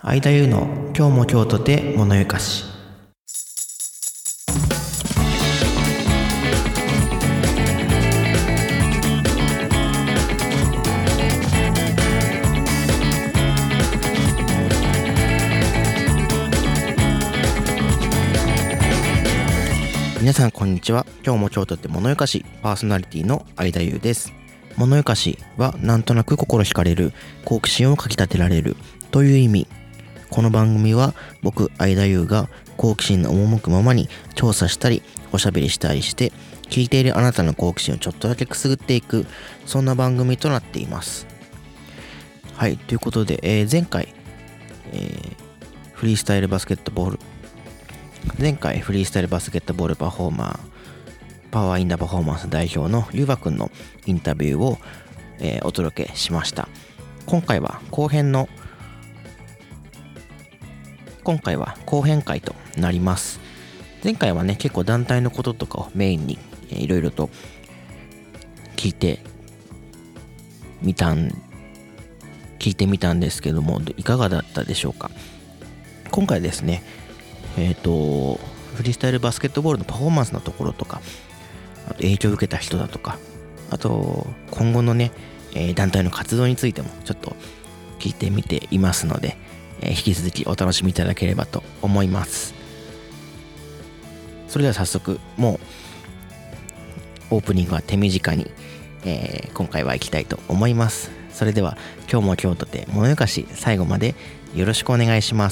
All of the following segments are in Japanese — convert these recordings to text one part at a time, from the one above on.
相田優の今日も今日とて物ゆかし。皆さんこんにちは。今日も今日とて物ゆかしパーソナリティの相田優です。物ゆかしはなんとなく心惹かれる、好奇心をかきたてられるという意味。この番組は僕相田優が好奇心の赴くままに調査したりおしゃべりしたりして、聞いているあなたの好奇心をちょっとだけくすぐっていく、そんな番組となっています。はい、ということで、前回、フリースタイルバスケットボールパフォーマーパワーインダパフォーマンス代表のゆうばくんのインタビューを、お届けしました。今回は後編会となります。前回はね、結構団体のこととかをメインにいろいろと聞いてみたんですけども、いかがだったでしょうか。今回ですね、フリースタイルバスケットボールのパフォーマンスのところとか、あと影響を受けた人だとか、あと今後のね、団体の活動についてもちょっと聞いてみていますので、引き続きお楽しみいただければと思います。それでは早速、もうオープニングは手短に、今回は行きたいと思います。それでは今日も今日とて物ゆかし、最後までよろしくお願いします。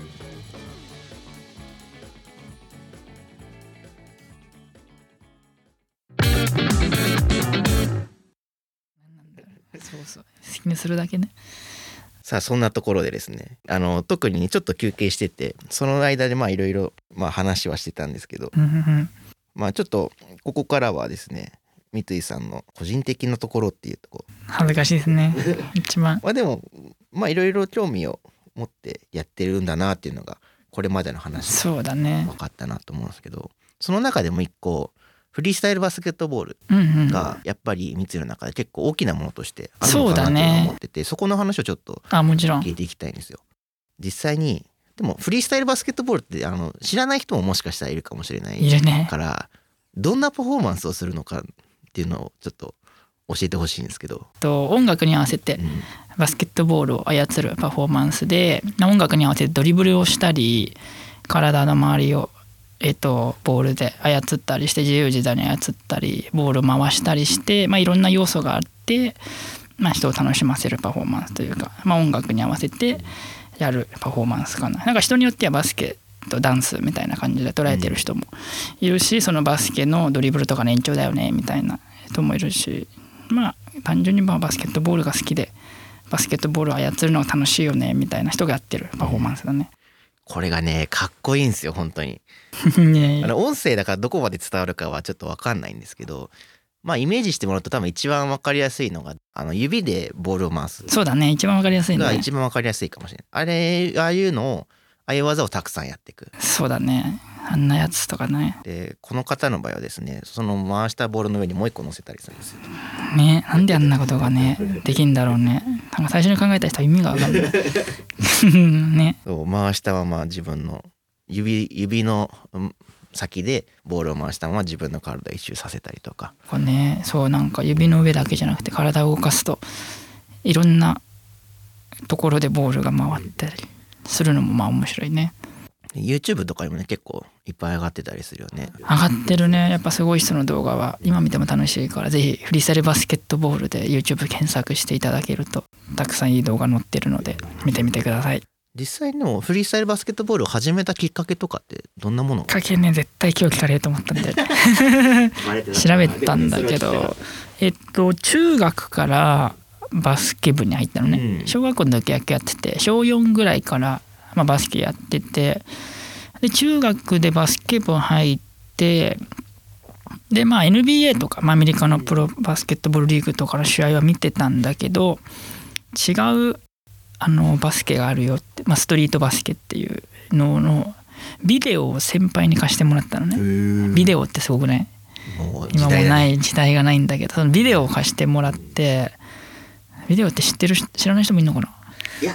そう好きにするだけね。 さあ、そんなところでですね、特にちょっと休憩してて、その間でいろいろ話はしてたんですけど、ちょっとここからはですね、三井さんの個人的なところっていうところ、 恥ずかしいですね一番でもいろいろ興味を持ってやってるんだなっていうのがこれまでの話で分かったなと思うんですけど、その中でも一個フリースタイルバスケットボールがやっぱり三井の中で結構大きなものとしてあるのかなと思ってて、そこの話をちょっと聞いていきたいんですよ。実際にでもフリースタイルバスケットボールって知らない人ももしかしたらいるかもしれないから、どんなパフォーマンスをするのかっていうのをちょっと教えてほしいんですけど。 音楽に合わせてバスケットボールを操るパフォーマンスで、音楽に合わせてドリブルをしたり、体の周りをボールで操ったりして、自由自在に操ったり、ボールを回したりして、いろんな要素があって、人を楽しませるパフォーマンスというか、音楽に合わせてやるパフォーマンスかな。なんか人によってはバスケとダンスみたいな感じで捉えてる人もいるし、そのバスケのドリブルとかの延長だよねみたいな人もいるし、単純にバスケットボールが好きでバスケットボールを操るのが楽しいよねみたいな人がやってるパフォーマンスだね。 これがね、かっこいいんですよ本当に音声だからどこまで伝わるかはちょっと分かんないんですけど、イメージしてもらうと多分一番分かりやすいのが指でボールを回す。 そうだね、一番分かりやすいね。 が一番分かりやすいかもしれない。ああいう技をたくさんやっていく。 そうだね、あんなやつとかね。 でこの方の場合はですね、その回したボールの上にもう一個乗せたりするんですよね。なんであんなことがねできんだろうね。なんか最初に考えた人は意味が分かんないね。 そう回したまま自分の指の先でボールを回したまま自分の体を一周させたりとか。 これね、そうなんか指の上だけじゃなくて体を動かすといろんなところでボールが回ったりするのも面白いね。 YouTube とかにもね結構いっぱい上がってたりするよね。 上がってるね。やっぱすごい人の動画は今見ても楽しいから、ぜひフリースタイルバスケットボールで YouTube 検索していただけるとたくさんいい動画載ってるので見てみてください。 実際のフリースタイルバスケットボールを始めたきっかけとかってどんなもの？ きっかけね、絶対今日聞かれると思ったんで調べたんだけど、中学からバスケ部に入ったのね。小学校の時野球やってて、小4ぐらいからバスケやってて、で中学でバスケ部入って、でNBA とか、アメリカのプロバスケットボールリーグとかの試合は見てたんだけど、違うバスケがあるよって、ストリートバスケっていうののビデオを先輩に貸してもらったのね。ビデオってすごくね、今もない時代がないんだけど、そのビデオを貸してもらって、ビデオって知らない人もいるのかな。 いや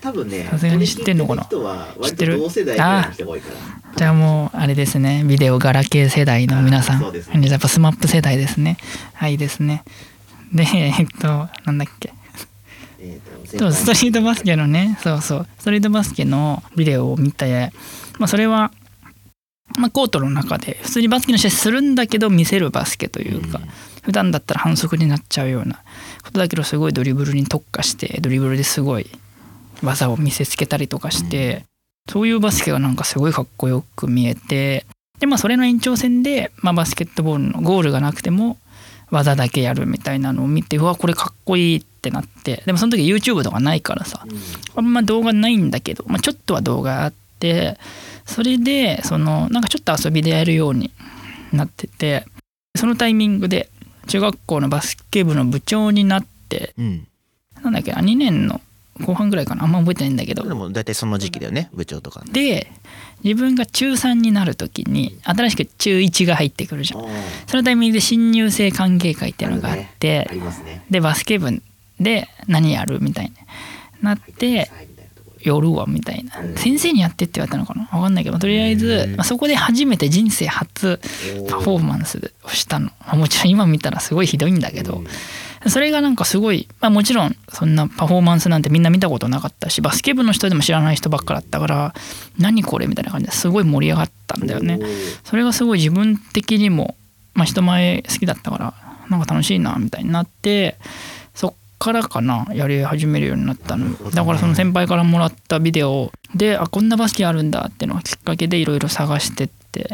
多分ねさすがに知ってんのかな。 人は割と同世代ぐらいの人が多いから。 じゃあもうあれですね、ビデオガラケー世代の皆さん、 そうですね、 やっぱスマップ世代ですね。はいですね。でなんだっけ、ストリートバスケのね、そうそう、ストリートバスケのビデオを見て、それは、コートの中で普通にバスケの試合するんだけど見せるバスケというか、普段だったら反則になっちゃうようなことだけど、すごいドリブルに特化してドリブルですごい技を見せつけたりとかして、そういうバスケがなんかすごいかっこよく見えて、でそれの延長線で、バスケットボールのゴールがなくても技だけやるみたいなのを見て、うわこれかっこいいってなって、でもその時 YouTube とかないからさ、あんま動画ないんだけど、ちょっとは動画あって、それでなんかちょっと遊びでやるようになってて、そのタイミングで中学校のバスケ部の部長になって、なんだっけな、2年の後半ぐらいかな、あんま覚えてないんだけど、 でも大体その時期だよね、部長とかで自分が中3になる時に新しく中1が入ってくるじゃん。そのタイミングで新入生歓迎会っていうのがあって、でバスケ部で何やるみたいになって、やるわみたいな、先生にやってって言われたのかな、分かんないけど、とりあえず、そこで初めて人生初パフォーマンスをしたの。もちろん今見たらすごいひどいんだけど、それがなんかすごい、もちろんそんなパフォーマンスなんてみんな見たことなかったし、バスケ部の人でも知らない人ばっかだったから、何これみたいな感じですごい盛り上がったんだよね。それがすごい自分的にも、人前好きだったからなんか楽しいなみたいになって、そっからかな、やり始めるようになったの。だからその先輩からもらったビデオで、こんなバスケあるんだっていうのがきっかけでいろいろ探してって、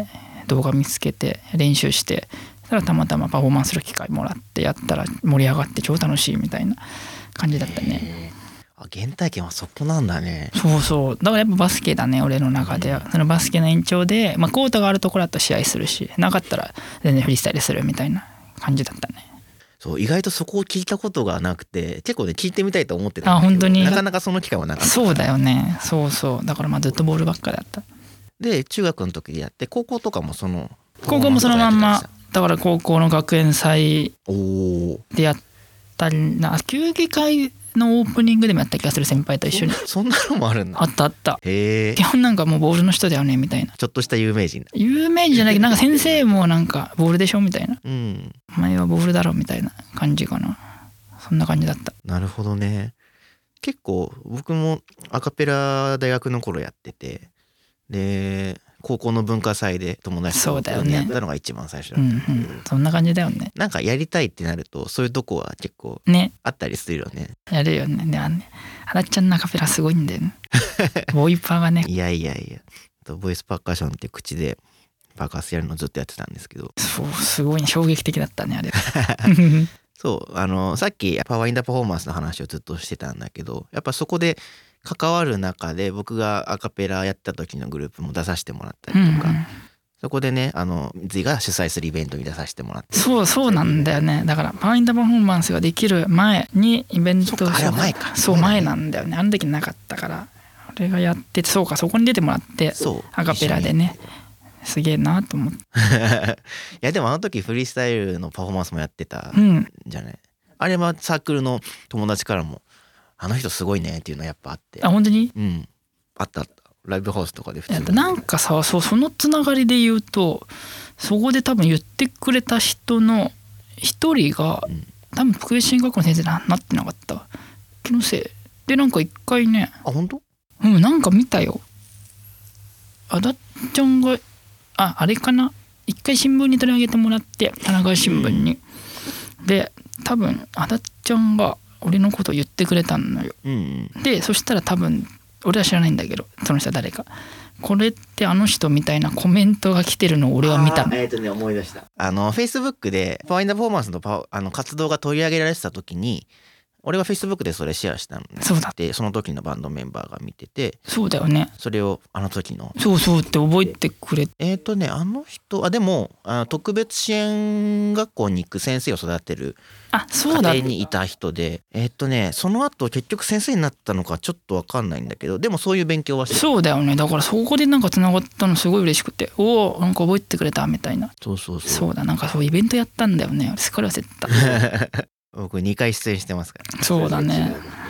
動画見つけて練習して、そしたらたまたまパフォーマンスの機会もらってやったら盛り上がって超楽しいみたいな感じだったね。 原体験はそこなんだね。 そうそう、だからやっぱバスケだね、俺の中では。そのバスケの延長で、コートがあるところだと試合するし、なかったら全然フリースタイルするみたいな感じだったね。 そう意外とそこを聞いたことがなくて、結構ね聞いてみたいと思ってたんだけど、 本当になかなかその機会はなかった。 そうだよね、そうそう、だからずっとボールばっかだった。 で中学の時でやって、高校とかも高校もそのまんま、だから高校の学園祭でやったりな、球技会のオープニングでもやった気がする、先輩と一緒に。 そんなのもあるんだ。 あったあった。 へえ。 基本なんかもうボールの人だよねみたいな。 ちょっとした有名人だ。 有名人じゃないけど、なんか先生もなんかボールでしょみたいな、お前はボールだろみたいな感じかな。そんな感じだった。 なるほどね。結構僕もアカペラ大学の頃やってて、で高校の文化祭で友達とやったのが一番最初だったんだけど、 そんな感じだよね。 なんかやりたいってなるとそういうとこは結構あったりするよね。 やるよね。ではね、はなちゃんのアカペラすごいんだよね。ボイパーがね。 いやボイスパーカッションって口でパーカスやるのずっとやってたんですけど、 そうすごい衝撃的だったねあれ。 そうさっきパワーインダーパフォーマンスの話をずっとしてたんだけど、やっぱそこで関わる中で僕がアカペラやった時のグループも出させてもらったりとか、そこでねZが主催するイベントに出させてもらって、 そうなんだよね。だからパワーインダーパフォーマンスができる前にイベントを、 あれは前か、 そう前なんだよね。あの時なかったから俺がやってて、そうか、そこに出てもらってアカペラでね、すげえなと思って。いやでもあの時フリースタイルのパフォーマンスもやってたじゃない、あれはサークルの友達からもあの人すごいねっていうのはやっぱあって。 本当に？ あったライブハウスとかで普通になんかさ、そのつながりで言うと、そこで多分言ってくれた人の一人が、多分福井進学校の先生になってなかった気のせいで、なんか一回ね、 本当？ なんか見たよ。あだっちゃんがあれかな、一回新聞に取り上げてもらって、神奈川新聞に、で多分あだっちゃんが俺のことを言ってくれたのよ。でそしたら多分俺は知らないんだけど、その人は誰か、これってあの人みたいなコメントが来てるのを俺は見たの。 思い出した。Facebook でパワーインダーパフォーマンスの活動が取り上げられてた時に、俺は Facebook でそれシェアしたのね。 そうだ。 でその時のバンドメンバーが見てて、 そうだよね、 それをあの時のそうって覚えてくれ。 あの人でも特別支援学校に行く先生を育てる家庭にいた人で、その後結局先生になったのかちょっと分かんないんだけど、でもそういう勉強はしてた。 そうだよね。だからそこでなんかつながったのすごい嬉しくて、なんか覚えてくれたみたいな。そうだ、なんかそうイベントやったんだよね。すっかり忘れてた。 僕2回出演してますから。 そうだね。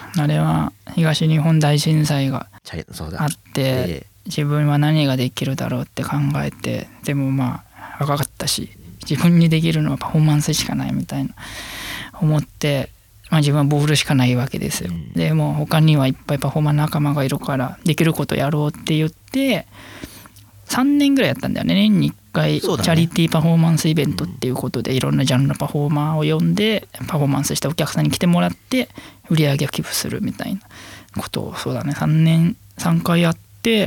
あれは東日本大震災がそうだあって自分は何ができるだろうって考えて、でもまあ若かったし自分にできるのはパフォーマンスしかないみたいな思って、まあ、自分はボールしかないわけですよ。でもう他にはいっぱいパフォーマー仲間がいるからできることやろうって言って3年ぐらいやったんだよね。年に1回チャリティーパフォーマンスイベントっていうことでいろんなジャンルのパフォーマーを呼んでパフォーマンスしてお客さんに来てもらって売り上げを寄付するみたいなことをそうだね3回やって、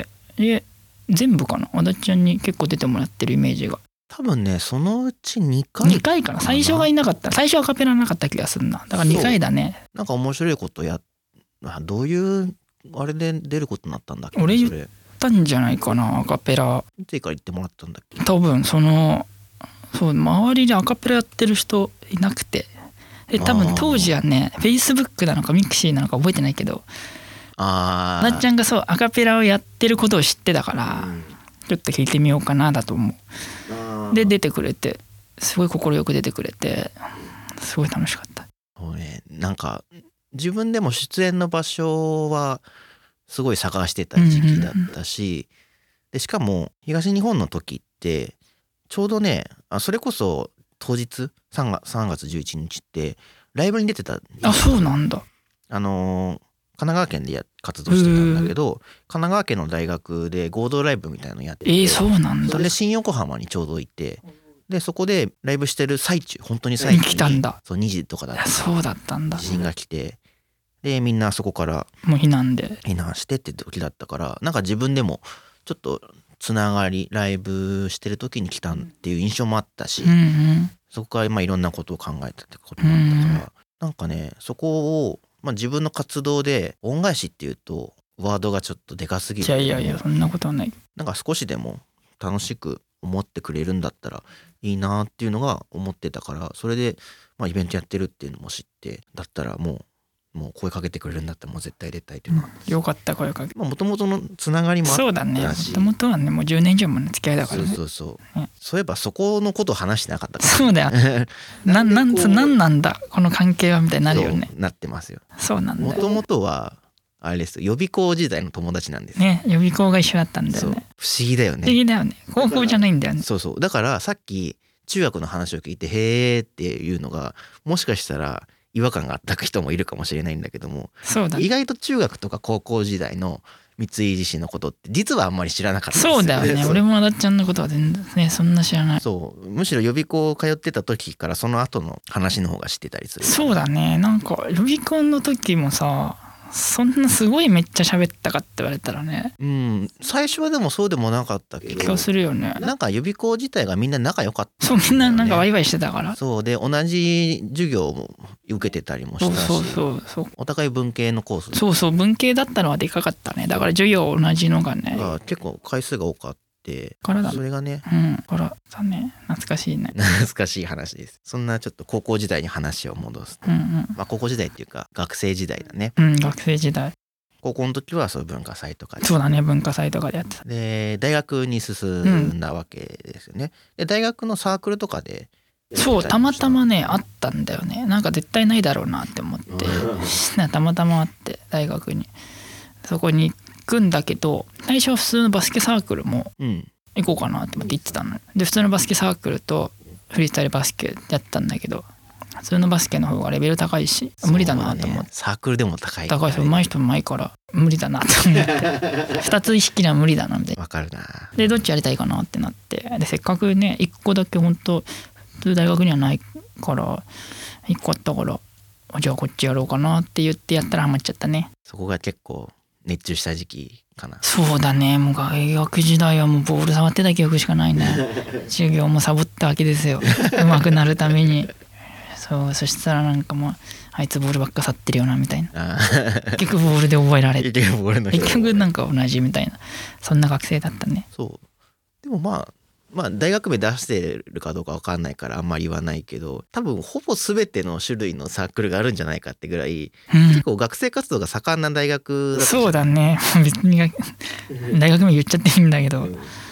で全部かな、あだちゃんに結構出てもらってるイメージが。 多分ねそのうち2回かな。最初がいなかった、最初はアカペラなかった気がするな。だから2回だね。 なんか面白いことどういうあれで出ることになったんだっけ。 俺言ったんじゃないかな、アカペラ。 いつから言ってもらったんだっけ。 多分そう周りでアカペラやってる人いなくて、多分当時はね Facebook なのかミクシーなのか覚えてないけど、なっちゃんがそうアカペラをやってることを知ってたから、ちょっと聞いてみようかなだと思う。で出てくれて、すごい快く出てくれてすごい楽しかった。 そうね、なんか自分でも出演の場所はすごい探してた時期だったし、でしかも東日本の時ってちょうどねそれこそ当日3月11日ってライブに出てた。 あ、そうなんだ。 神奈川県で活動してたんだけど、神奈川県の大学で合同ライブみたいなのやってて、 そうなんだ。 それで新横浜にちょうどいて、でそこでライブしてる本当に最中に来たんだ。 そう2時とかだった。 そうだったんだ。 地震が来て、でみんなそこからもう避難してって時だったから、なんか自分でもちょっとつながりライブしてる時に来たっていう印象もあったし、そこからまあいろんなことを考えたってこともあったから、なんかねそこを自分の活動で恩返しっていうとワードがちょっとでかすぎる。 いやそんなことはない。 なんか少しでも楽しく思ってくれるんだったらいいなっていうのが思ってたから、それでイベントやってるっていうのも知って、だったらもう声かけてくれるんだったらもう絶対出たいっていうのが、 よかった声かけ。 もともとのつながりもあったし。そうだね、 もともとはねもう10年以上もの付き合いだからね。 そういえばそこのことを話してなかったから。 そうだよなんなんだこの関係はみたいになるよね。 そうなってますよ。 そうなんだよ。 もともとはあれですよ、予備校時代の友達なんですね。予備校が一緒だったんだよね。 不思議だよね。 不思議だよね。高校じゃないんだよね。 そうだからさっき中学の話を聞いてへーっていうのがもしかしたら違和感があった人もいるかもしれないんだけども、 そうだ、 意外と中学とか高校時代の三井自身のことって実はあんまり知らなかったです。 そうだよね。俺もあだっちゃんのことは全然ねそんな知らない。 むしろ予備校通ってた時からその後の話の方が知ってたりする。 そうだね。なんか予備校の時もさ、そんなすごいめっちゃ喋ったかって言われたらね、 最初はでもそうでもなかったけど気がするよね。 なんか予備校自体がみんな仲良かった、 そうみんななんかワイワイしてたから。 そうで同じ授業も受けてたりもしたし、 そうお互い文系のコース、 そう文系だったのはでかかったね。だから授業同じのがね結構回数が多かったからだ。 それがね、 からだね。懐かしいね。 懐かしい話です。そんなちょっと高校時代に話を戻すと、高校時代っていうか学生時代だね。 学生時代。 高校の時はそう文化祭とかで、 そうだね、文化祭とかでやってた。 で大学に進んだわけですよね。で大学のサークルとかでそうたまたまねあったんだよね。なんか絶対ないだろうなって思って、たまたまあって大学にそこに行くんだけど、最初は普通のバスケサークルも行こうかなって思って行ってたの。で普通のバスケサークルとフリースタイルバスケやったんだけど、普通のバスケの方がレベル高いし無理だなと思って、 サークルでも高いし上手い人も上手いから無理だなと思って2つ意識には無理だなみたいな。 わかるな。 でどっちやりたいかなってなって、でせっかくね1個だけ本当普通大学にはないから1個あったから、じゃあこっちやろうかなって言ってやったらハマっちゃったね。 そこが結構熱中した時期かな。 そうだね。もう大学時代はもうボール触ってた記憶しかないね授業もサボったわけですよ上手くなるために。そしたらなんかもうあいつボールばっか去ってるよなみたいな結局ボールで覚えられて結局なんか同じみたいな、そんな学生だったね。 そうでもまあ大学名出してるかどうか分かんないからあんまり言わないけど、多分ほぼ全ての種類のサークルがあるんじゃないかってぐらい、結構学生活動が盛んな大学だった。 そうだね。別に大学名言っちゃっていいんだけど、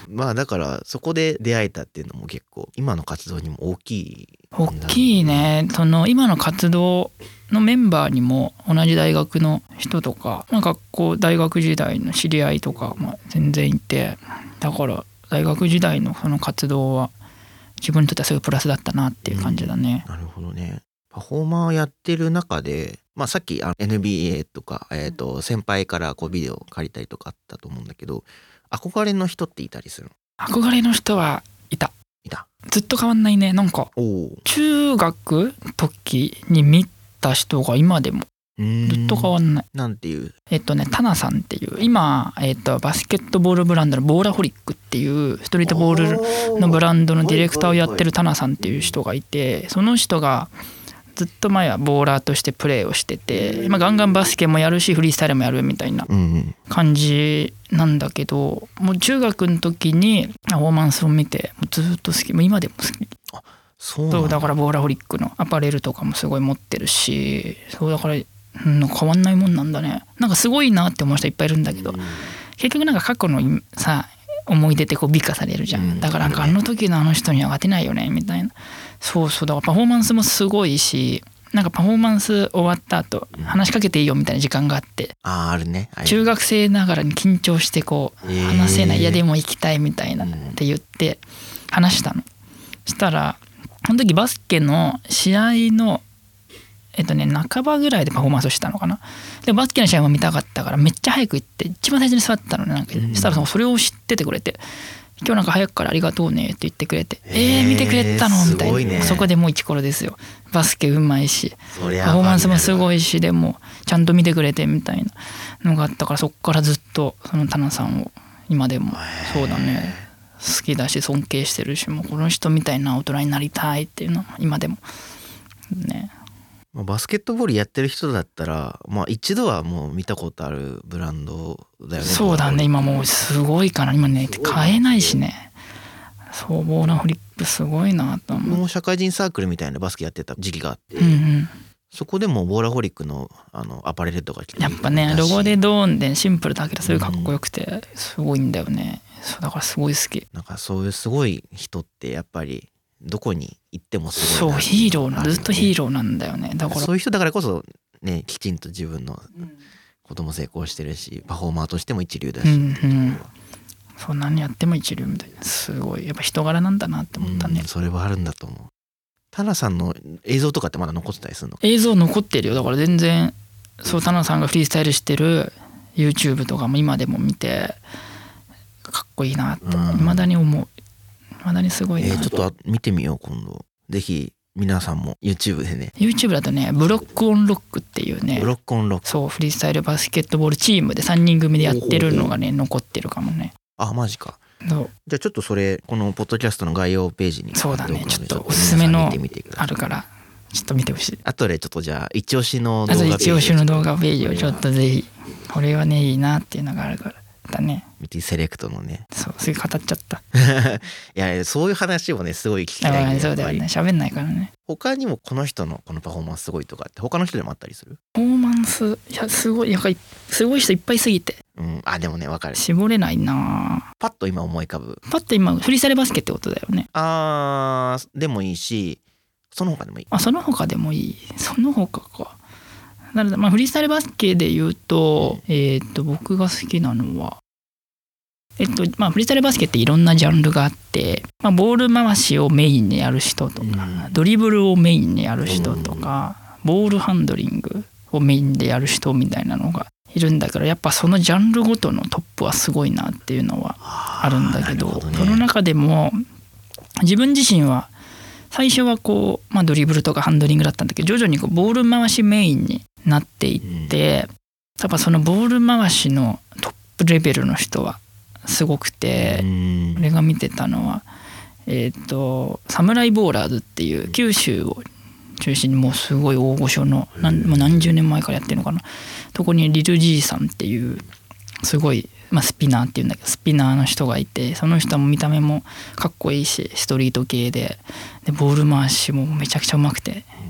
まあだからそこで出会えたっていうのも結構今の活動にも大きい。 大きいね。その今の活動のメンバーにも同じ大学の人とか、まあ、学校大学時代の知り合いとか、まあ、全然いて、だから大学時代のその活動は自分にとってはすごいプラスだったなっていう感じだね。 なるほどね。パフォーマーをやってる中で、まあ、さっきNBA とか、先輩からこうビデオを借りたりとかあったと思うんだけど、憧れの人っていたりするの？ 憧れの人はいた。ずっと変わんないね。なんか中学時に見た人が今でもずっと変わんない。 なんていう？ タナさんっていう今、バスケットボールブランドのボーラホリックっていうストリートボールのブランドのディレクターをやってるタナさんっていう人がいて、その人がずっと前はボーラーとしてプレーをしてて、まあ、ガンガンバスケもやるしフリースタイルもやるみたいな感じなんだけど、もう中学の時にパフォーマンスを見てもうずっと好き、もう今でも好き。そうだからボーラホリックのアパレルとかもすごい持ってるし、そうだから、変わんないもんなんだね。なんかすごいなって思う人いっぱいいるんだけど、結局なんか過去のさ思い出ってこう美化されるじゃん。だからなんかあの時のあの人には勝てないよねみたいな。そうだからパフォーマンスもすごいし、なんかパフォーマンス終わった後話しかけていいよみたいな時間があって、 あるね。 中学生ながらに緊張してこう話せない、いやでも行きたいみたいなって言って話したの。そしたらその時バスケの試合の半ばぐらいでパフォーマンスをしたのかな。でバスケの試合も見たかったからめっちゃ早く行って一番最初に座ったのね。なんかそしたらそれを知っててくれて、今日なんか早くからありがとうねって言ってくれて、見てくれたのみたいな、ね、そこでもうイチコロですよ。バスケうまいしパフォーマンスもすごいし、でもちゃんと見てくれてみたいなのがあったから、そっからずっとそのタナさんを今でもそうだね好きだし尊敬してるし、もうこの人みたいな大人になりたいっていうのは今でもね。 バスケットボールやってる人だったら、まあ、一度はもう見たことあるブランドだよね。 そうだね。今もうすごいから今ね買えないしね。そうボーラホリックすごいなと思う。 もう社会人サークルみたいなバスケやってた時期があって、そこでもボーラホリックのアパレルとか着てやっぱねロゴでドーンでシンプルだけどすごいかっこよくてすごいんだよね。そうだからすごい好き。 なんかそういうすごい人ってやっぱりどこに行ってもすごい、 そうヒーローな、ずっとヒーローなんだよね。だからそういう人だからこそねきちんと自分のことも成功してるし、パフォーマーとしても一流だし、 そう何やっても一流みたいな、すごいやっぱ人柄なんだなって思ったね。 それはあるんだと思う。タナさんの映像とかってまだ残ってたりするの？ 映像残ってるよ。だから全然そうタナさんがフリースタイルしてる YouTube とかも今でも見てかっこいいなって未だに思う。未だにすごいな。 ちょっと見てみよう今度。ぜひ皆さんも YouTube でね。 YouTube だとねブロックオンロックっていうね、 ブロックオンロック、 そうフリースタイルバスケットボールチームで3人組でやってるのがね残ってるかもね。 あマジか。じゃあちょっとそれこのポッドキャストの概要ページにそうだねちょっとおすすめのあるからちょっと見てほしい。 あとでちょっとじゃあ一押しの動画ページ、一押しの動画ページをちょっとぜひ、これはねいいなっていうのがあるからだね。 ミティセレクトのね。 そうすぐ語っちゃったいやそういう話をねすごい聞きたいね。 そうだよね、喋んないからね。 他にもこの人のこのパフォーマンスすごいとかって他の人でもあったりする？ パフォーマンスいやすごいすごい人いっぱいすぎて、 でもね分かる、 絞れないな。 パッと今思い浮かぶ。 パッと今フリースタイルバスケってことだよね。 でもいいしその他でもいい。 その他でもいい。その他か。なのでフリースタイルバスケで言うと、僕が好きなのはフリースタイルバスケっていろんなジャンルがあって、ボール回しをメインにやる人とか、ドリブルをメインにやる人とか、ボールハンドリングをメインでやる人みたいなのがいるんだけど、やっぱそのジャンルごとのトップはすごいなっていうのはあるんだけど、その中でも自分自身は最初はこう、ドリブルとかハンドリングだったんだけど、徐々にこうボール回しメインになっていって、やっぱそのボール回しのトップレベルの人はすごくて、俺が見てたのはサムライボーラーズっていう九州を中心にもうすごい大御所のもう何十年前からやってるのかなとこにリルジーさんっていうすごい、スピナーっていうんだけどスピナーの人がいて、その人も見た目もかっこいいしストリート系でボール回しもめちゃくちゃうまくて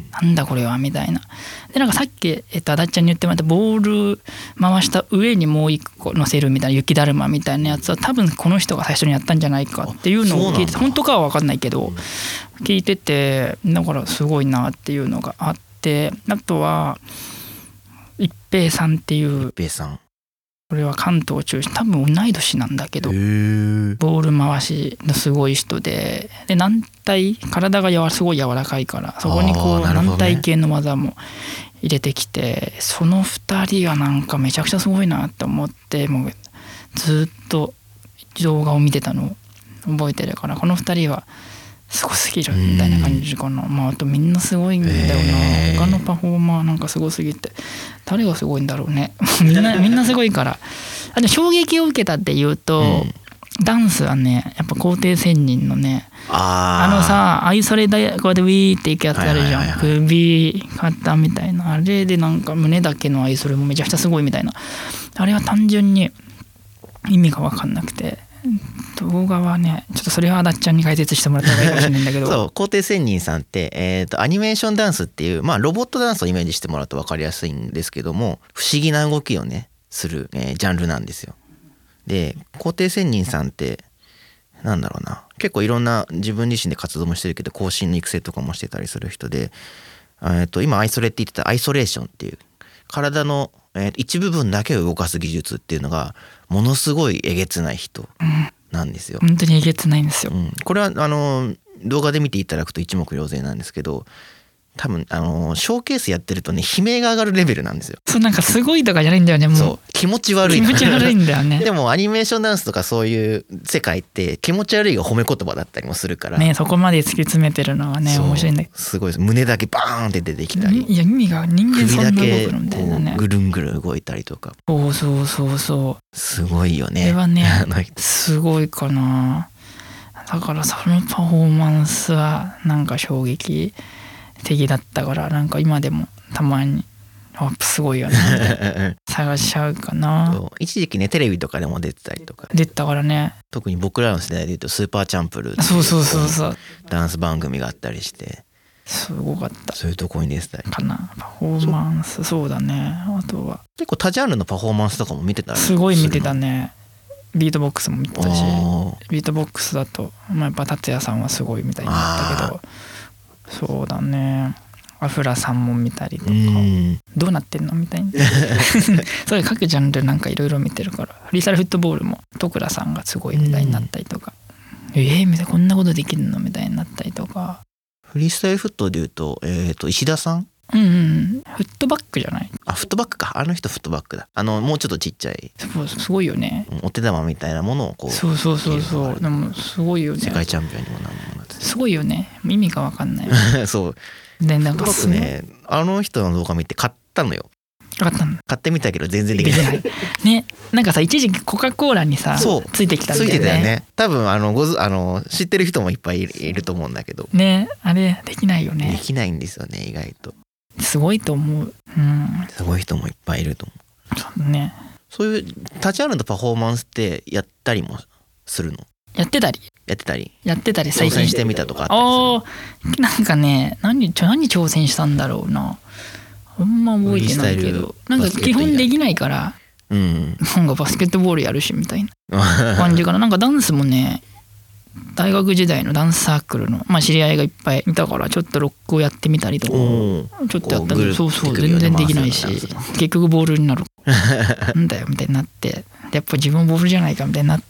なんだこれはみたいな。でなんかさっき、あだっちゃんに言ってもらったボール回した上にもう一個乗せるみたいな雪だるまみたいなやつは多分この人が最初にやったんじゃないかっていうのを聞いて、本当かは分かんないけど聞いてて、だからすごいなっていうのがあって、あとは一平さんっていう、 一平さん、 これは関東中心、多分同い年なんだけどボール回しのすごい人で、軟体、体がすごい柔らかいからそこにこう軟体系の技も入れてきて、その2人がなんかめちゃくちゃすごいなって思って、もうずっと動画を見てたのを覚えてるから、この2人はすごすぎるみたいな感じかな。まああとみんなすごいんだよな、他のパフォーマーなんかすごすぎて、誰がすごいんだろうねみんなすごいから。あと衝撃を受けたっていうと、ダンスはねやっぱ皇帝仙人のね、さ愛それでこうやってウィーっていくやつあるじゃん、首肩みたいな、あれでなんか胸だけの愛それもめちゃくちゃすごいみたいな、あれは単純に意味が分かんなくて、動画はねちょっとそれはあだっちゃんに解説してもらった方がいいかもしれないんだけどそう皇帝仙人さんって、アニメーションダンスっていう、ロボットダンスをイメージしてもらうと分かりやすいんですけども、不思議な動きをねする、ジャンルなんですよ。で皇帝仙人さんってなんだろうな、結構いろんな自分自身で活動もしてるけど後進の育成とかもしてたりする人で、今アイソレって言ってたアイソレーションっていう体の、一部分だけを動かす技術っていうのがものすごいえげつない人なんですよ。 本当にえげつないんですよ。 これは動画で見ていただくと一目瞭然なんですけど、多分ショーケースやってるとね悲鳴が上がるレベルなんですよ。 そうなんかすごいとかじゃないんだよね、もう。 そう気持ち悪いんだよねでもアニメーションダンスとかそういう世界って気持ち悪いが褒め言葉だったりもするからね、そこまで突き詰めてるのはね面白いんだけど、 すごいです。胸だけバーンって出てきたり、 いや意味が人間そんな動くのみたいなね、 ぐるんぐるん動いたりとか、 そうすごいよね。 これはねすごいかな。だからそのパフォーマンスはなんか衝撃的だったから、なんか今でもたまにすごいよね探しちゃうかな。 一時期ねテレビとかでも出てたりとか、 出たからね、 特に僕らの世代で言うとスーパーチャンプルーそうダンス番組があったりしてすごかった。 そういうとこに出てたりかな、パフォーマンス。そうだね。あとは結構多ジャンルのパフォーマンスとかも見てたりすごい見てたね。ビートボックスも見てたし、ビートボックスだと、やっぱ達也さんはすごいみたいになったけど、そうだね、アフラさんも見たりとか、どうなってんのみたいなそういう各ジャンルなんかいろいろ見てるから、フリースタイルフットボールも徳倉さんがすごいみたいになったりとか、みたいな、こんなことできるのみたいになったりとか。 フリースタイルフットでいうと、石田さん、 フットバックじゃない？ フットバックか、あの人フットバックだ。もうちょっとちっちゃい、 すごいよね、 お手玉みたいなものをこう、 そうでもすごいよね、 世界チャンピオンにもなるものだ。 すごいよね、意味が分かんないそうで、なんか僕ねあの人の動画見て買ったのよ。 買ってみたけど全然できないね。なんかさ一時期コカ・コーラにさついてきたんだよね。 ついてたよね。多分知ってる人もいっぱいいると思うんだけどね、あれできないよね。 できないんですよね、意外と。 すごいと思う。 すごい人もいっぱいいると思うね。 そういう立ち上がるのパフォーマンスってやったりもするの？やってたり最近挑戦してみたとかあったりする？ なんかね、何挑戦したんだろうな、あんま覚えてないけど、なんか基本できないから、なんかバスケットボールやるしみたいな感じかな。なんかダンスもね、大学時代のダンスサークルの、知り合いがいっぱいいたから、ちょっとロックをやってみたりとか、ちょっとやったけど、全然できないし、結局ボールになるなんだよみたいになって、やっぱ自分ボールじゃないかみたいになって、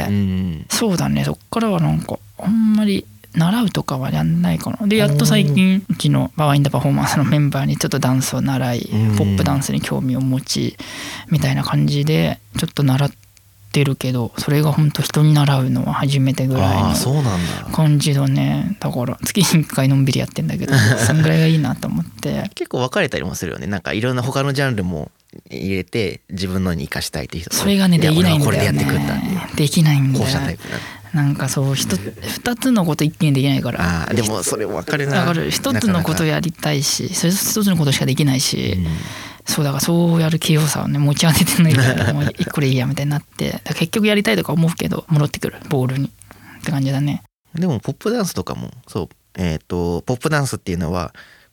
そうだね、そっからはなんかあんまり習うとかはやんないかな。でやっと最近うちのバワインダパフォーマンスのメンバーにちょっとダンスを習い、ポップダンスに興味を持ちみたいな感じでちょっと習ってるけど、それが本当人に習うのは初めてぐらいの感じだね。だから月に1回のんびりやってんだけどそんぐらいがいいなと思って結構分かれたりもするよね。なんかいろんな他のジャンルも入れて自分のに生かしたいっていう人、 それがねできないんだよね。 これでやってくんだっていうできないんだよ。 後者タイプなんかそう2つのこと一気にできないから。 でもそれ分かるな。 1つのことやりたいし、それ1つのことしかできないし、そうだからそうやる器用さをね持ち当ててないからもうこれいいやみたいになって、結局やりたいとか思うけど戻ってくるボールにって感じだね。 でもポップダンスとかもそう、ポップダンスっていうのは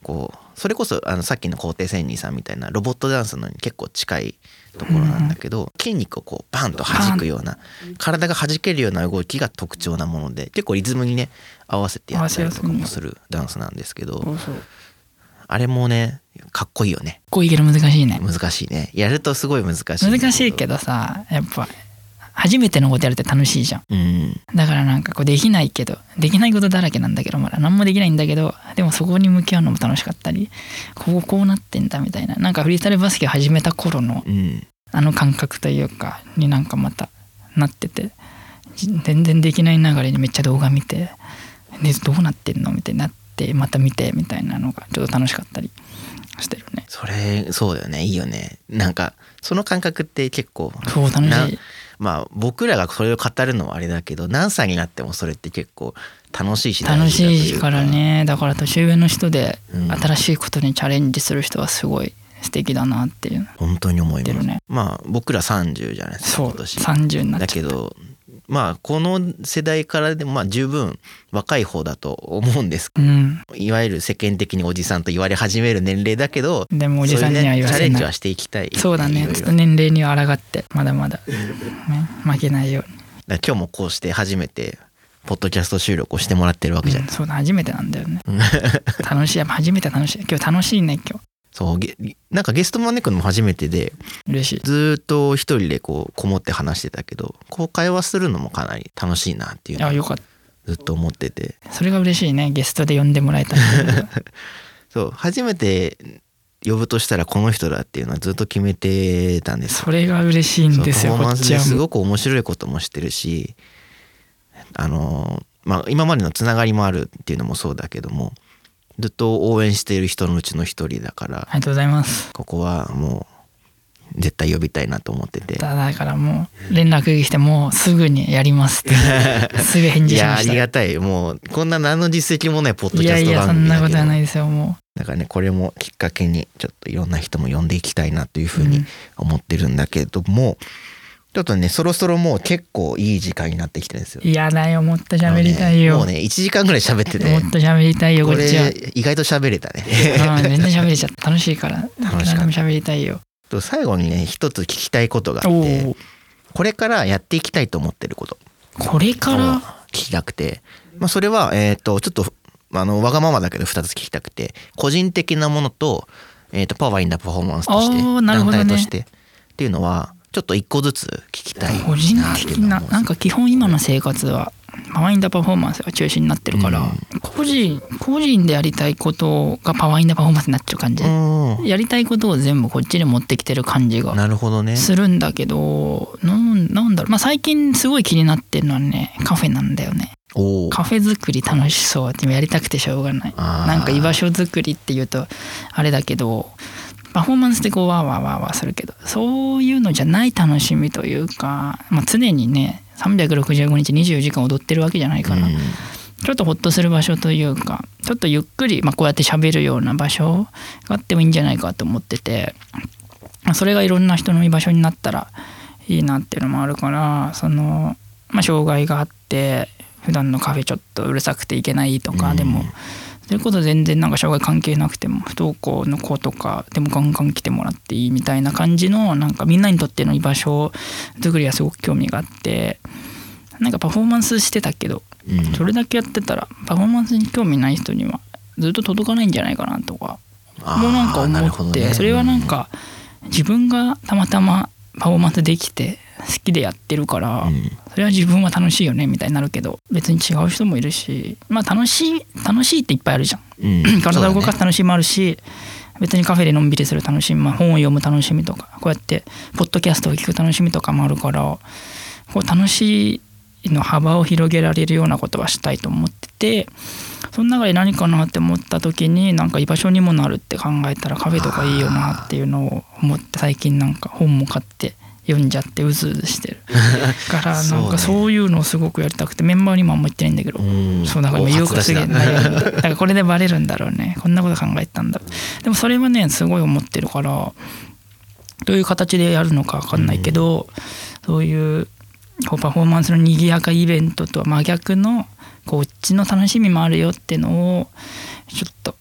こうそれこそさっきの皇帝千人さんみたいなロボットダンスのに結構近いところなんだけど、筋肉をこうバンと弾くような、体が弾けるような動きが特徴なもので、結構リズムにね合わせてやったりとかもするダンスなんですけど、あれもねかっこいいよね。 かっこいいけど難しいね。 難しいね。やるとすごい難しい。 難しいけどさ、やっぱ初めてのことやるって楽しいじゃん、うん、だからなんかこうできないけど、できないことだらけなんだけど、まだ何もできないんだけど、でもそこに向き合うのも楽しかったり、こうなってんだみたいな、なんかフリースタイルバスケ始めた頃のあの感覚というかになんかまたなってて、全然できない流れにめっちゃ動画見て、でどうなってんのみたいになってまた見てみたいなのがちょっと楽しかったりしてるね。 そうだよね。いいよね。なんかその感覚って結構そう楽しい。 まあ僕らがそれを語るのはあれだけど、何歳になってもそれって結構楽しいし楽しいからね。だから年上の人で新しいことにチャレンジする人はすごい素敵だなっていう、 本当に思います、ね、まあ僕ら30じゃないですか今年。 30になっちゃった。 だけどまあこの世代からでもまあ十分若い方だと思うんです、うん、いわゆる世間的におじさんと言われ始める年齢だけど、 でもおじさんには言わせない、 チャレンジはしていきたい。 そうだね。ちょっと年齢には抗ってまだまだ、ね、負けないように。 だ今日もこうして初めてポッドキャスト収録をしてもらってるわけじゃない、 そうだ、初めてなんだよね楽しい。やっぱ初めて楽しい。今日楽しいね今日。 そうなんかゲスト招くのも初めてで嬉しい。 ずっと一人でこうこもって話してたけど、こう会話するのもかなり楽しいなっていうのをよかった。 ずっと思ってて、 それが嬉しいね。ゲストで呼んでもらえたそう初めて呼ぶとしたらこの人だっていうのはずっと決めてたんです。 それが嬉しいんですよ。 パフォーマンスですごく面白いこともしてるし、まあ今までのつながりもあるっていうのもそうだけども、ずっと応援している人のうちの一人だから、 ありがとうございます。 ここはもう絶対呼びたいなと思ってて、 だからもう連絡してもうすぐにやりますってすぐ返事しました。 いやありがたい。もうこんな何の実績もないポッドキャスト番組だけど、いやそんなことはないですよ。もうだからね、これもきっかけにちょっといろんな人も呼んでいきたいなというふうに思ってるんだけども、ちょっとねそろそろもう結構いい時間になってきてるんですよ。 いやだよ、もっと喋りたいよ。 もうね1時間ぐらい喋ってて、 もっと喋りたいよこっちは。 意外と喋れたね全然喋れちゃった。楽しいから。楽しかった。喋りたいよ。 最後にね一つ聞きたいことがあって、これからやっていきたいと思ってること、 これから聞きたくて、まあそれはちょっとわがままだけど2つ聞きたくて、個人的なものとパワーインダパフォーマンスとして、団体としてっていうのはちょっと一個ずつ聞きたいな。 個人的な、なんか基本今の生活はパワーインダパフォーマンスが中心になってるから、個人でやりたいことがパワーインダパフォーマンスになっちゃう感じ、やりたいことを全部こっちに持ってきてる感じがするんだけど、なんだろう、まあ最近すごい気になってるのはね、カフェなんだよね。カフェ作り楽しそうってやりたくてしょうがない。なんか居場所作りっていうとあれだけど、パフォーマンスでこうワーワーワーワーするけど、そういうのじゃない楽しみというか、まあ、常にね365日24時間踊ってるわけじゃないから、ちょっとホッとする場所というか、ちょっとゆっくり、まあ、こうやって喋るような場所があってもいいんじゃないかと思ってて、それがいろんな人の居場所になったらいいなっていうのもあるから、まあ、障害があって普段のカフェちょっとうるさくて行けないとかでも、そういうこと全然なんか障害関係なくても、不登校の子とかでもガンガン来てもらっていいみたいな感じの、なんかみんなにとっての居場所作りはすごく興味があって、なんかパフォーマンスしてたけど、それだけやってたらパフォーマンスに興味ない人にはずっと届かないんじゃないかなとかもうなんか思って、それはなんか自分がたまたまパフォーマンスできて好きでやってるから、それは自分は楽しいよねみたいになるけど、別に違う人もいるし、まあ楽しいっていっぱいあるじゃん、体を動かす楽しみもあるし、別にカフェでのんびりする楽しみ、まあ、本を読む楽しみとか、こうやってポッドキャストを聞く楽しみとかもあるから、こう楽しいの幅を広げられるようなことはしたいと思ってて、その中で何かなって思った時に、なんか居場所にもなるって考えたらカフェとかいいよなっていうのを思って、最近なんか本も買って読んじゃってうずうずしてるからなんかそういうのをすごくやりたくて、メンバーにもあんま言ってないんだけど、そうだから言うかすげえだからこれでバレるんだろうね、こんなこと考えてたんだ。でもそれはねすごい思ってるから、どういう形でやるのか分かんないけど、そういうこうパフォーマンスの賑やかイベントとは真逆のこっちの楽しみもあるよっていうのをちょっと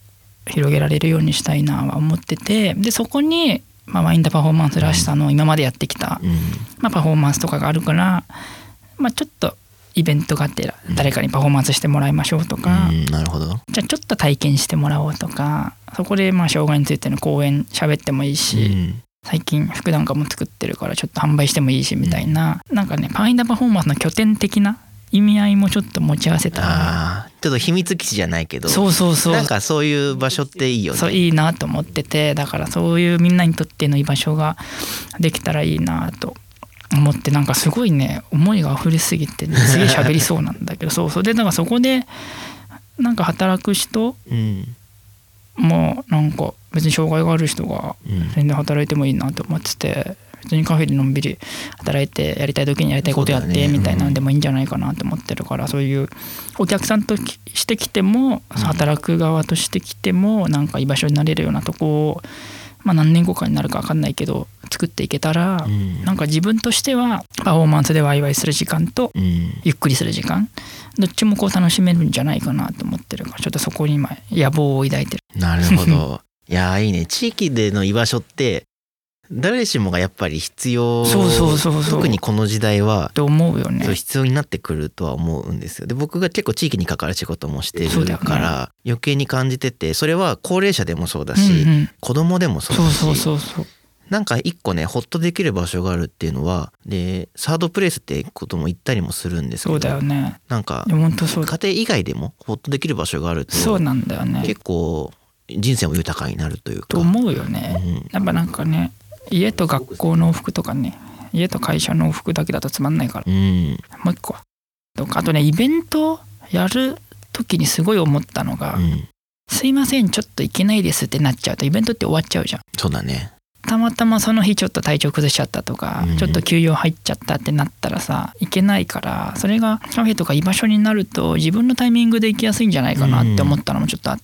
広げられるようにしたいなは思ってて、でそこに、ワインダパフォーマンスらしさの今までやってきた、パフォーマンスとかがあるから、ちょっとイベントがあって誰かにパフォーマンスしてもらいましょうとか、 なるほど。 じゃあちょっと体験してもらおうとか、そこで障害についての講演喋ってもいいし、最近服なんかも作ってるからちょっと販売してもいいしみたいな、なんかねパワーインダパフォーマンスの拠点的な意味合いもちょっと持ち合わせたら、 ちょっと秘密基地じゃないけど、なんかそういう場所っていいよね。 そういいなと思ってて、だからそういうみんなにとっての居場所ができたらいいなと思って、なんかすごいね思いが溢れすぎてすげえ喋りそうなんだけどそうで、だからそこでなんか働く人、もうなんか別に障害がある人が全然働いてもいいなと思ってて、別にカフェでのんびり働いてやりたい時にやりたいことやってみたいなんでもいいんじゃないかなと思ってるから、そういうお客さんとしてきても働く側としてきてもなんか居場所になれるようなとこを、何年後かになるか分かんないけど作っていけたら、なんか自分としてはパフォーマンスでワイワイする時間とゆっくりする時間、どっちも楽しめるんじゃないかなと思ってるから、ちょっとそこに今野望を抱いてる。 なるほど。いやいいね。地域での居場所って誰しもがやっぱり必要、特にこの時代はと思うよね。 必要になってくるとは思うんですよ。で僕が結構地域に関わる仕事もしてるから余計に感じてて、それは高齢者でもそうだし、子供でもそうだし、なんか一個ねホッとできる場所があるっていうのは、でサードプレイスってことも言ったりもするんですけど、 そうだよね。 なんか家庭以外でもホッとできる場所があると、 そうなんだよね。 結構人生も豊かになるというか。 と思うよね。やっぱなんかね、家と学校の往復とかね、家と会社の往復だけだとつまんないから、もう一個あとね、イベントやる時にすごい思ったのが、すいませんちょっと行けないですってなっちゃうとイベントって終わっちゃうじゃん。 そうだね。 たまたまその日ちょっと体調崩しちゃったとか、ちょっと休養入っちゃったってなったらさ行けないから、それがカフェとか居場所になると自分のタイミングで行きやすいんじゃないかなって思ったのもちょっとあって、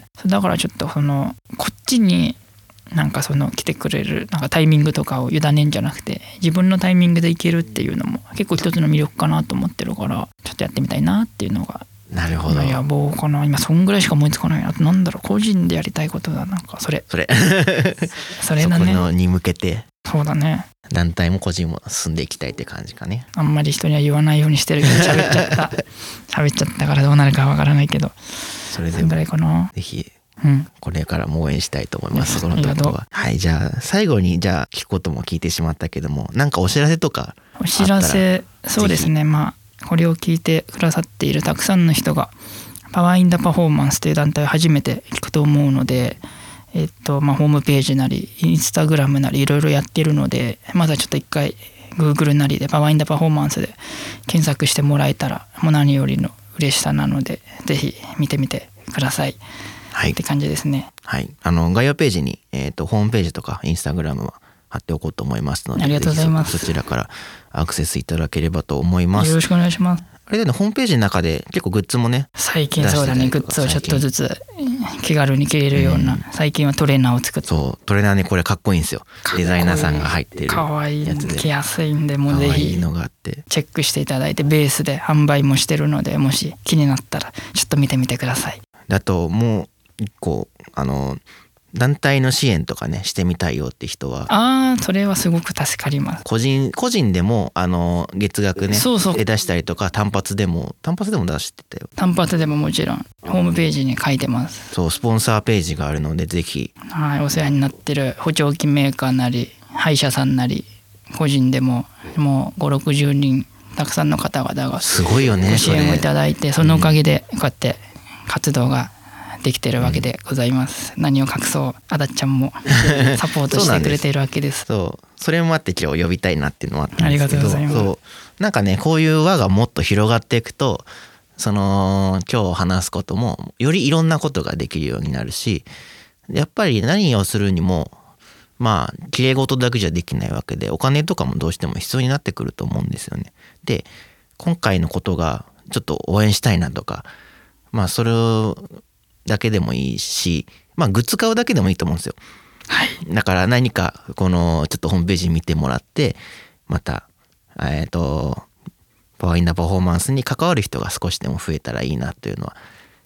だからちょっとこっちになんか来てくれるなんかタイミングとかを委ねんじゃなくて、自分のタイミングで行けるっていうのも結構一つの魅力かなと思ってるから、ちょっとやってみたいなっていうのが。 なるほど。 野望かな。今そんぐらいしか思いつかないな。なんだろう、個人でやりたいことだ。なんかそれだね。 そこに向けて。 そうだね。 団体も個人も進んでいきたいって感じかね。 あんまり人には言わないようにしてるけど喋っちゃったからどうなるかわからないけど、 それでもぐらいかな。 ぜひこれからも応援したいと思います。そのとこは。はい、じゃあ最後に聞くことも聞いてしまったけども、なんかお知らせとかあったら。お知らせ、 そうですね。これを聞いてくださっているたくさんの人がパワーインダパフォーマンスという団体を初めて聞くと思うので、ホームページなりインスタグラムなりいろいろやってるので、まずはちょっと一回 Google なりでパワーインダパフォーマンスで検索してもらえたらもう何よりの嬉しさなので、ぜひ見てみてください。はい、って感じですね。 はい、概要ページに、ホームページとかインスタグラムは貼っておこうと思いますので、 ありがとうございます。 そちらからアクセスいただければと思います。 よろしくお願いします。 あれでね、ホームページの中で結構グッズもね、 最近そうだね、グッズをちょっとずつ気軽に着れるような、最近はトレーナーを作って、 そうトレーナーね、これかっこいいんですよ。デザイナーさんが入ってるやつで、 かわいい、着やすいんで、もうぜひチェックしていただいて、ベースで販売もしてるので、もし気になったらちょっと見てみてください。 あともう一個団体の支援とかねしてみたいよって人は、 それはすごく助かります。 個人でも月額ねで出したりとか、単発でも出してたよ。 単発でももちろんホームページに書いてます。 そう、スポンサーページがあるのでぜひ。 はい、お世話になってる補聴器メーカーなり歯医者さんなり個人でももう5、60人たくさんの方々がすごいよね、 ご支援をいただいて、そのおかげでこうやって活動ができてるわけでございます。何を隠そう、あだっちゃんもサポートしてくれているわけです。 それもあって今日呼びたいなっていうのもあったんですけど、 ありがとうございます。そうなんかね、こういう輪がもっと広がっていくと、今日話すこともよりいろんなことができるようになるし、やっぱり何をするにも綺麗事だけじゃできないわけで、お金とかもどうしても必要になってくると思うんですよね。で、今回のことがちょっと応援したいなとか、それだけでもいいし、グッズ買うだけでもいいと思うんですよ。 はい。 だから何かちょっとホームページ見てもらって、またパワーインダパフォーマンスに関わる人が少しでも増えたらいいなというのは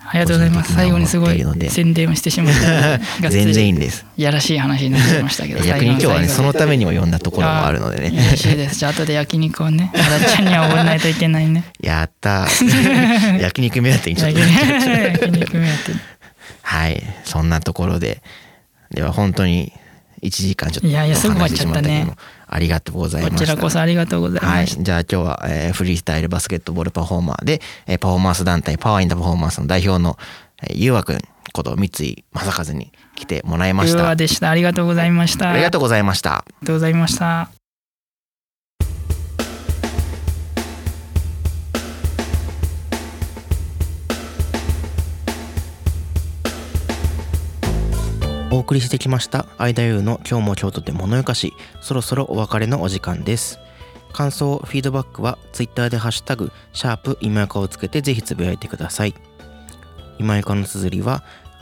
ありがとうございます。最後にすごい宣伝をしてしまった全然いいんです。 やらしい話になってましたけど逆に今日はねそのためにも呼んだところもあるのでね。 嬉しいです。じゃあ後で焼肉をね、あらちゃんにはおごらないといけないね。 やったー焼肉目当てにちょっと焼肉目当てにはい、そんなところでは本当に1時間ちょっといやすぐ終わっちゃったね。 ありがとうございました。 こちらこそありがとうございました。 はい、じゃあ今日は、フリースタイルバスケットボールパフォーマーで、パフォーマンス団体パワーインダパフォーマンスの代表の、ゆうわくんこと三井正和に来てもらいました。 ゆうわでした。ありがとうございました。 ありがとうございました。 ありがとうございました。 お送りしてきました相田優の今日も京都で物よかし、そろそろお別れのお時間です。感想フィードバックはツイッターでハッシュタグ#今ゆかをつけてぜひつぶやいてください。今ゆかの綴りは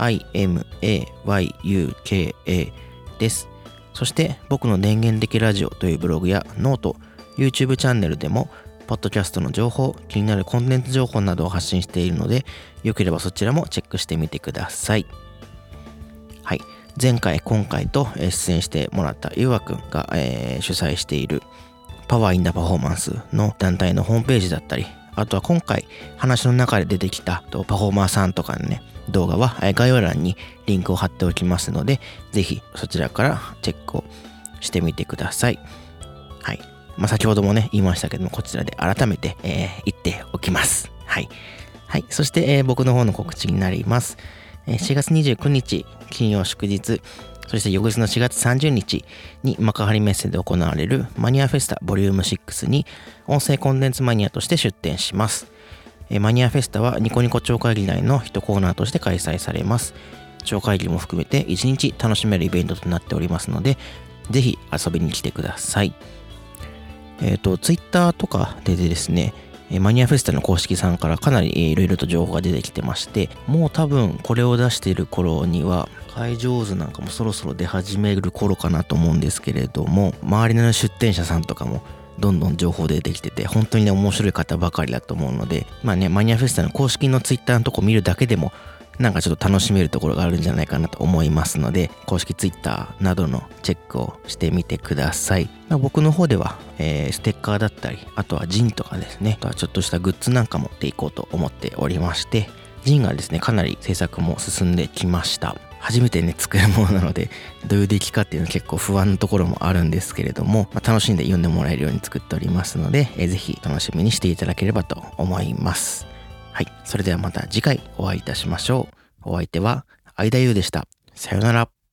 IMAYUKA です。そして僕の電源的ラジオというブログやノート、YouTube チャンネルでもポッドキャストの情報、気になるコンテンツ情報などを発信しているので、よければそちらもチェックしてみてください。はい、前回今回と出演してもらったゆうわくんが、主催しているパワーインダパフォーマンスの団体のホームページだったり、あとは今回話の中で出てきたパフォーマーさんとかのね動画は概要欄にリンクを貼っておきますので、ぜひそちらからチェックをしてみてください。はい、先ほどもね言いましたけども、こちらで改めて、言っておきます。はい、はい、そして、僕の方の告知になります。4月29日金曜祝日、そして翌日の4月30日に幕張メッセで行われるマニアフェスタボリューム6に音声コンテンツマニアとして出展します。マニアフェスタはニコニコ超会議内の1コーナーとして開催されます。超会議も含めて1日楽しめるイベントとなっておりますので、ぜひ遊びに来てください。ツイッターとかでですね、マニアフェスタの公式さんからかなりいろいろと情報が出てきてまして、もう多分これを出している頃には会場図なんかもそろそろ出始める頃かなと思うんですけれども、周りの出店者さんとかもどんどん情報出てきてて、本当にね面白い方ばかりだと思うので、マニアフェスタの公式のツイッターのとこ見るだけでもなんかちょっと楽しめるところがあるんじゃないかなと思いますので、公式ツイッターなどのチェックをしてみてください。僕の方では、ステッカーだったり、あとはジンとかですね、あとはちょっとしたグッズなんか持っていこうと思っておりまして、ジンがですねかなり制作も進んできました。初めてね作るものなので、どういう出来かっていうのは結構不安なところもあるんですけれども、楽しんで読んでもらえるように作っておりますので、ぜひ楽しみにしていただければと思います。はい、それではまた次回お会いいたしましょう。お相手は相田優でした。さよなら。